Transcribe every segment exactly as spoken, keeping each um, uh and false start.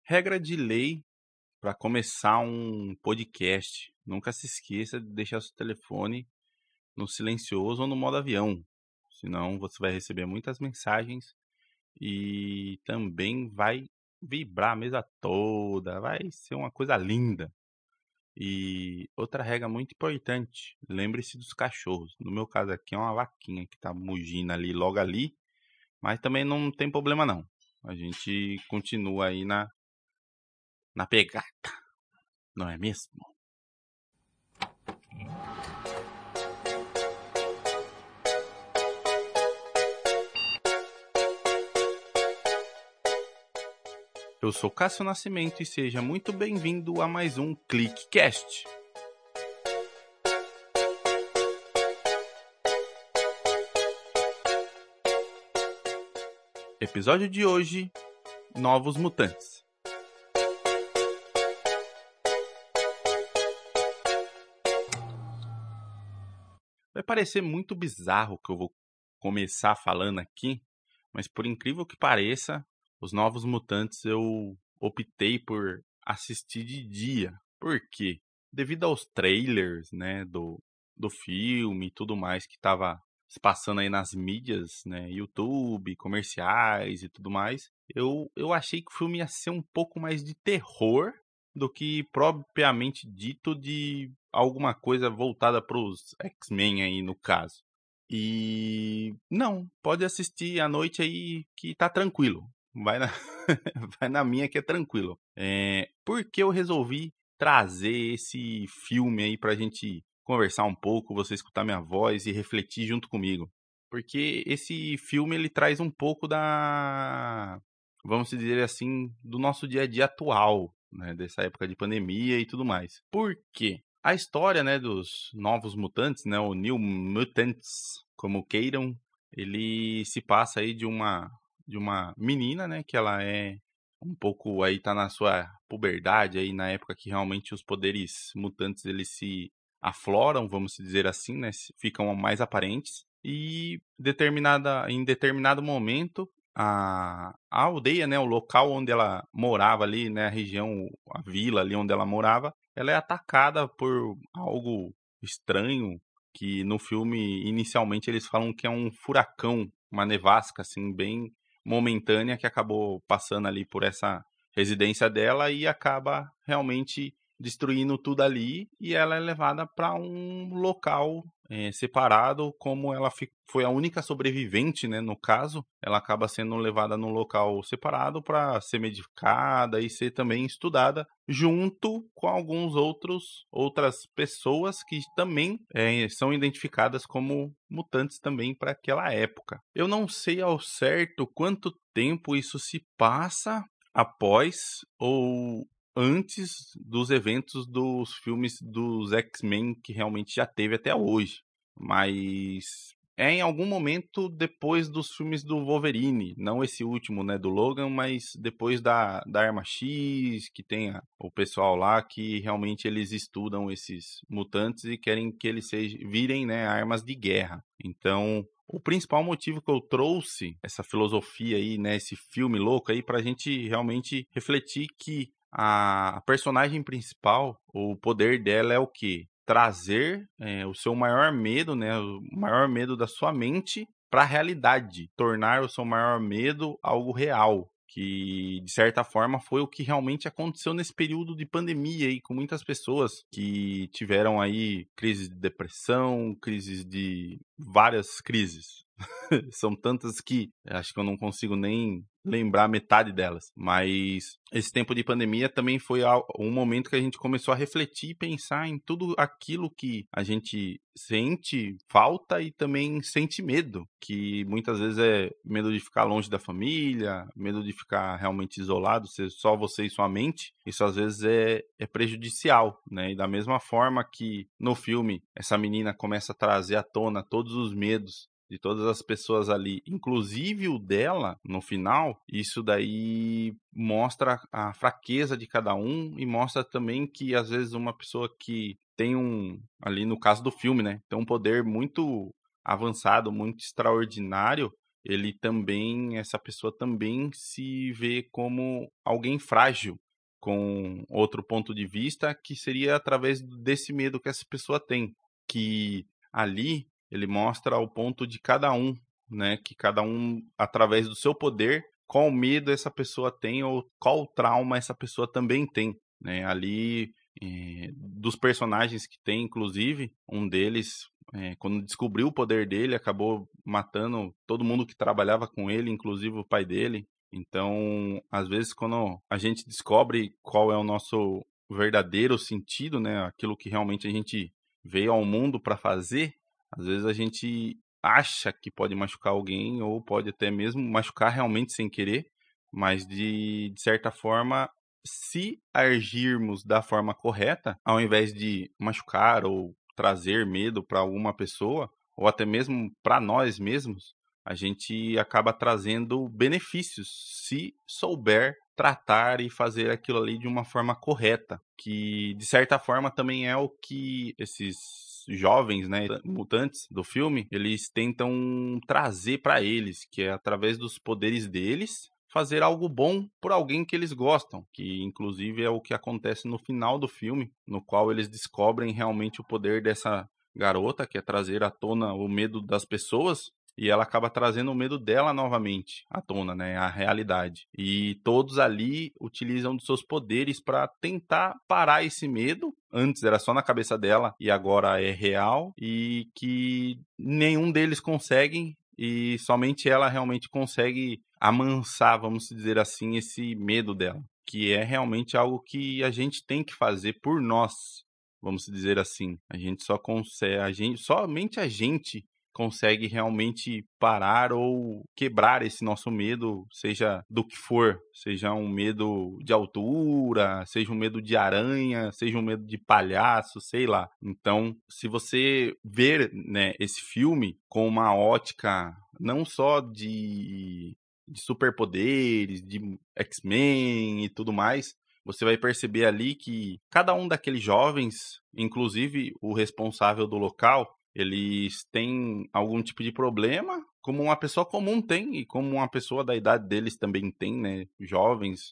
Regra de lei para começar um podcast: nunca se esqueça de deixar seu telefone no silencioso ou no modo avião, senão você vai receber muitas mensagens e também vai vibrar a mesa toda, vai ser uma coisa linda. E outra regra muito importante: lembre-se dos cachorros. No meu caso aqui é uma vaquinha que tá mugindo ali, logo ali, mas também não tem problema não. A gente continua aí na, na pegada, não é mesmo? Eu sou Cássio Nascimento e seja muito bem-vindo a mais um ClickCast. Episódio de hoje: Novos Mutantes. Vai parecer muito bizarro o que eu vou começar falando aqui, mas por incrível que pareça, os Novos Mutantes eu optei por assistir de dia. Por quê? Devido aos trailers, né, do, do filme e tudo mais que estava se passando aí nas mídias, né, YouTube, comerciais e tudo mais, eu, eu achei que o filme ia ser um pouco mais de terror do que propriamente dito de alguma coisa voltada para os X-Men aí no caso. E não, pode assistir à noite aí que tá tranquilo. Vai na, vai na minha que é tranquilo. É, por que eu resolvi trazer esse filme aí pra gente conversar um pouco, você escutar minha voz e refletir junto comigo? Porque esse filme ele traz um pouco da, vamos dizer assim, do nosso dia a dia atual, né, dessa época de pandemia e tudo mais. Por quê? A história, né, dos Novos Mutantes, né, o New Mutants, como queiram, ele se passa aí de uma de uma menina, né, que ela é um pouco aí tá na sua puberdade aí na época que realmente os poderes mutantes eles se afloram, vamos dizer assim, né, ficam mais aparentes e determinada em determinado momento a, a aldeia, né, o local onde ela morava ali, né, a região, a vila ali onde ela morava, ela é atacada por algo estranho que no filme inicialmente eles falam que é um furacão, uma nevasca assim bem momentânea que acabou passando ali por essa residência dela e acaba realmente destruindo tudo ali e ela é levada para um local é, separado, como ela foi a única sobrevivente, né, no caso, ela acaba sendo levada num local separado para ser medicada e ser também estudada junto com alguns outros outras pessoas que também é, são identificadas como mutantes também para aquela época. Eu não sei ao certo quanto tempo isso se passa após ou antes dos eventos dos filmes dos X-Men que realmente já teve até hoje. Mas é em algum momento depois dos filmes do Wolverine, não esse último, né, do Logan, mas depois da, da Arma X, que tem a, o pessoal lá que realmente eles estudam esses mutantes e querem que eles sejam, virem, né, armas de guerra. Então, o principal motivo que eu trouxe essa filosofia aí, né, esse filme louco aí, pra gente realmente refletir que a personagem principal, o poder dela é o quê? Trazer é, o seu maior medo, né, o maior medo da sua mente para a realidade, tornar o seu maior medo algo real, que de certa forma foi o que realmente aconteceu nesse período de pandemia aí, com muitas pessoas que tiveram aí crises de depressão, crises de várias crises. São tantas que acho que eu não consigo nem lembrar metade delas. Mas esse tempo de pandemia também foi um momento que a gente começou a refletir e pensar em tudo aquilo que a gente sente falta e também sente medo, que muitas vezes é medo de ficar longe da família, medo de ficar realmente isolado, ser só você e sua mente. Isso às vezes é, é prejudicial, né? E da mesma forma que no filme essa menina começa a trazer à tona todos os medos de todas as pessoas ali, inclusive o dela, no final, isso daí mostra a fraqueza de cada um e mostra também que, às vezes, uma pessoa que tem um, ali no caso do filme, né, tem um poder muito avançado, muito extraordinário, ele também, essa pessoa também se vê como alguém frágil, com outro ponto de vista, que seria através desse medo que essa pessoa tem, que ali ele mostra o ponto de cada um, né? Que cada um, através do seu poder, qual medo essa pessoa tem ou qual trauma essa pessoa também tem, né? Ali, eh, dos personagens que tem, inclusive, um deles, eh, quando descobriu o poder dele, acabou matando todo mundo que trabalhava com ele, inclusive o pai dele. Então, às vezes, quando a gente descobre qual é o nosso verdadeiro sentido, né? Aquilo que realmente a gente veio ao mundo para fazer, às vezes a gente acha que pode machucar alguém ou pode até mesmo machucar realmente sem querer, mas de, de certa forma, se agirmos da forma correta, ao invés de machucar ou trazer medo para alguma pessoa, ou até mesmo para nós mesmos, a gente acaba trazendo benefícios se souber tratar e fazer aquilo ali de uma forma correta, que de certa forma também é o que esses jovens, né, mutantes do filme, eles tentam trazer para eles, que é através dos poderes deles fazer algo bom por alguém que eles gostam, que inclusive é o que acontece no final do filme, no qual eles descobrem realmente o poder dessa garota, que é trazer à tona o medo das pessoas, e ela acaba trazendo o medo dela novamente à tona, né, a realidade. E todos ali utilizam dos seus poderes para tentar parar esse medo. Antes era só na cabeça dela e agora é real, e que nenhum deles conseguem, e somente ela realmente consegue amansar, vamos dizer assim, esse medo dela, que é realmente algo que a gente tem que fazer por nós, vamos dizer assim. A gente só consegue, a gente, somente a gente consegue realmente parar ou quebrar esse nosso medo, seja do que for, seja um medo de altura, seja um medo de aranha, seja um medo de palhaço, sei lá. Então, se você ver, né, esse filme com uma ótica não só de, de superpoderes, de X-Men e tudo mais, você vai perceber ali que cada um daqueles jovens, inclusive o responsável do local, eles têm algum tipo de problema, como uma pessoa comum tem, e como uma pessoa da idade deles também tem, né? Jovens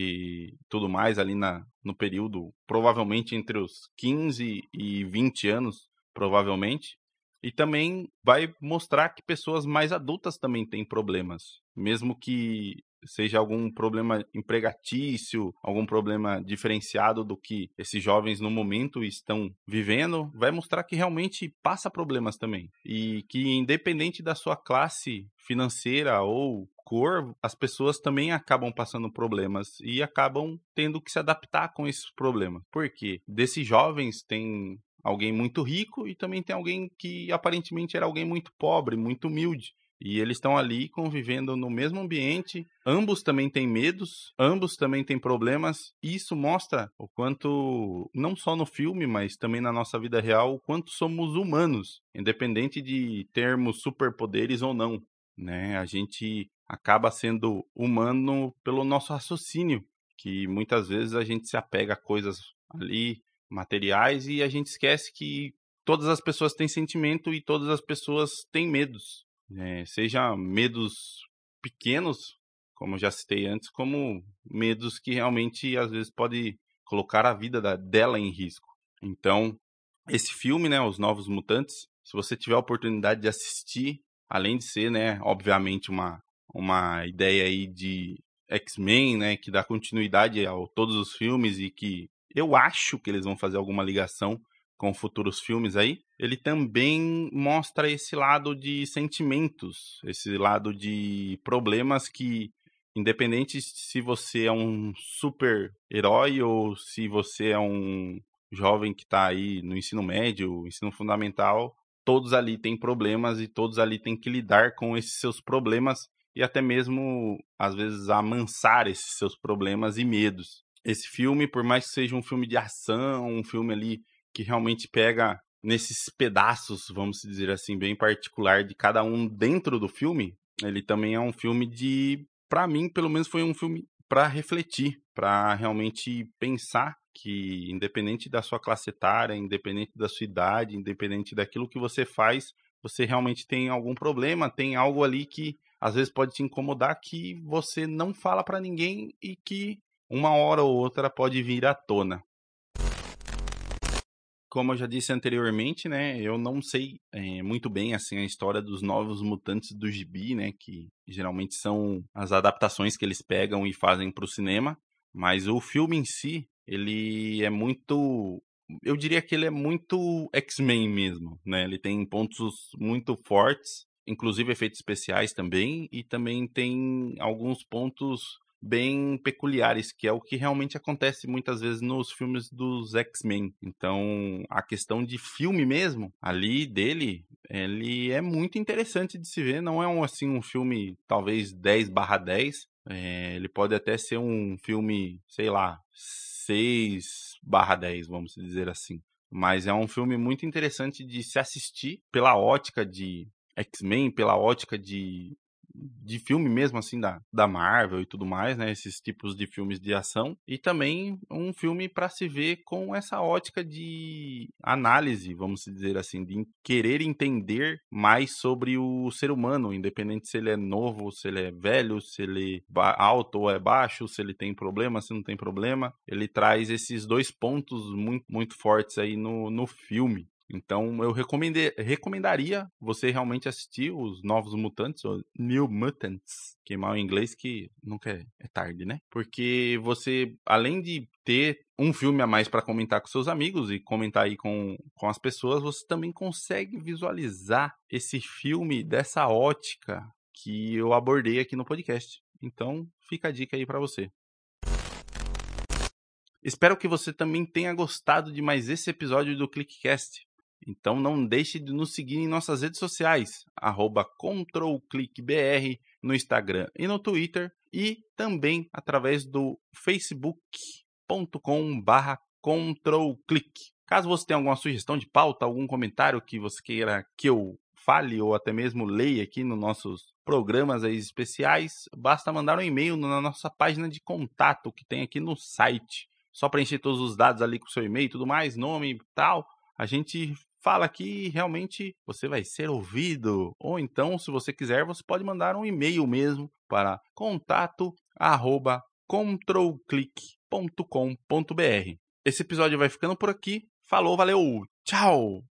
e tudo mais ali na, no período, provavelmente entre os quinze e vinte anos, provavelmente. E também vai mostrar que pessoas mais adultas também têm problemas, mesmo que seja algum problema empregatício, algum problema diferenciado do que esses jovens no momento estão vivendo, vai mostrar que realmente passa problemas também. E que independente da sua classe financeira ou cor, as pessoas também acabam passando problemas e acabam tendo que se adaptar com esses problemas. Por quê? Desses jovens tem alguém muito rico e também tem alguém que aparentemente era alguém muito pobre, muito humilde. E eles estão ali convivendo no mesmo ambiente. Ambos também têm medos, ambos também têm problemas. E isso mostra o quanto, não só no filme, mas também na nossa vida real, o quanto somos humanos, independente de termos superpoderes ou não, né? A gente acaba sendo humano pelo nosso raciocínio, que muitas vezes a gente se apega a coisas ali materiais e a gente esquece que todas as pessoas têm sentimento e todas as pessoas têm medos. É, seja medos pequenos, como eu já citei antes, como medos que realmente às vezes pode colocar a vida da, dela em risco. Então, esse filme, né, Os Novos Mutantes, se você tiver a oportunidade de assistir, além de ser, né, obviamente uma, uma ideia aí de X-Men, né, que dá continuidade a todos os filmes e que eu acho que eles vão fazer alguma ligação com futuros filmes aí, ele também mostra esse lado de sentimentos, esse lado de problemas que, independente se você é um super-herói ou se você é um jovem que está aí no ensino médio, ensino fundamental, todos ali têm problemas e todos ali têm que lidar com esses seus problemas e até mesmo, às vezes, amansar esses seus problemas e medos. Esse filme, por mais que seja um filme de ação, um filme ali que realmente pega nesses pedaços, vamos dizer assim, bem particular de cada um dentro do filme, ele também é um filme de, para mim, pelo menos foi um filme para refletir, para realmente pensar que independente da sua classe etária, independente da sua idade, independente daquilo que você faz, você realmente tem algum problema, tem algo ali que às vezes pode te incomodar que você não fala pra ninguém e que uma hora ou outra pode vir à tona. Como eu já disse anteriormente, né, eu não sei é, muito bem assim a história dos Novos Mutantes do Gibi, né, que geralmente são as adaptações que eles pegam e fazem para o cinema, mas o filme em si, ele é muito, eu diria que ele é muito X-Men mesmo, né, ele tem pontos muito fortes, inclusive efeitos especiais também, e também tem alguns pontos bem peculiares, que é o que realmente acontece muitas vezes nos filmes dos X-Men. Então, a questão de filme mesmo, ali dele, ele é muito interessante de se ver. Não é um, assim, um filme talvez dez barra dez. É, ele pode até ser um filme, sei lá, seis barra dez, vamos dizer assim. Mas é um filme muito interessante de se assistir pela ótica de X-Men, pela ótica de de filme mesmo, assim, da, da Marvel e tudo mais, né? Esses tipos de filmes de ação. E também um filme para se ver com essa ótica de análise, vamos dizer assim, de querer entender mais sobre o ser humano, independente se ele é novo, se ele é velho, se ele é alto ou é baixo, se ele tem problema, se não tem problema. Ele traz esses dois pontos muito, muito fortes aí no, no filme. Então eu recomendaria você realmente assistir os Novos Mutantes, ou New Mutants, que é mal em inglês, que nunca é, é tarde, né? Porque você, além de ter um filme a mais para comentar com seus amigos e comentar aí com, com as pessoas, você também consegue visualizar esse filme dessa ótica que eu abordei aqui no podcast. Então fica a dica aí para você. Espero que você também tenha gostado de mais esse episódio do ClickCast. Então não deixe de nos seguir em nossas redes sociais, arroba ControlClickBR no Instagram e no Twitter, e também através do facebook.com barra ControlClick. Caso você tenha alguma sugestão de pauta, algum comentário que você queira que eu fale ou até mesmo leia aqui nos nossos programas aí especiais, basta mandar um e-mail na nossa página de contato que tem aqui no site. Só preencher todos os dados ali com o seu e-mail e tudo mais, nome e tal. A gente fala que realmente você vai ser ouvido. Ou então, se você quiser, você pode mandar um e-mail mesmo para contato arroba controlclick ponto com ponto br. Esse episódio vai ficando por aqui. Falou, valeu, tchau!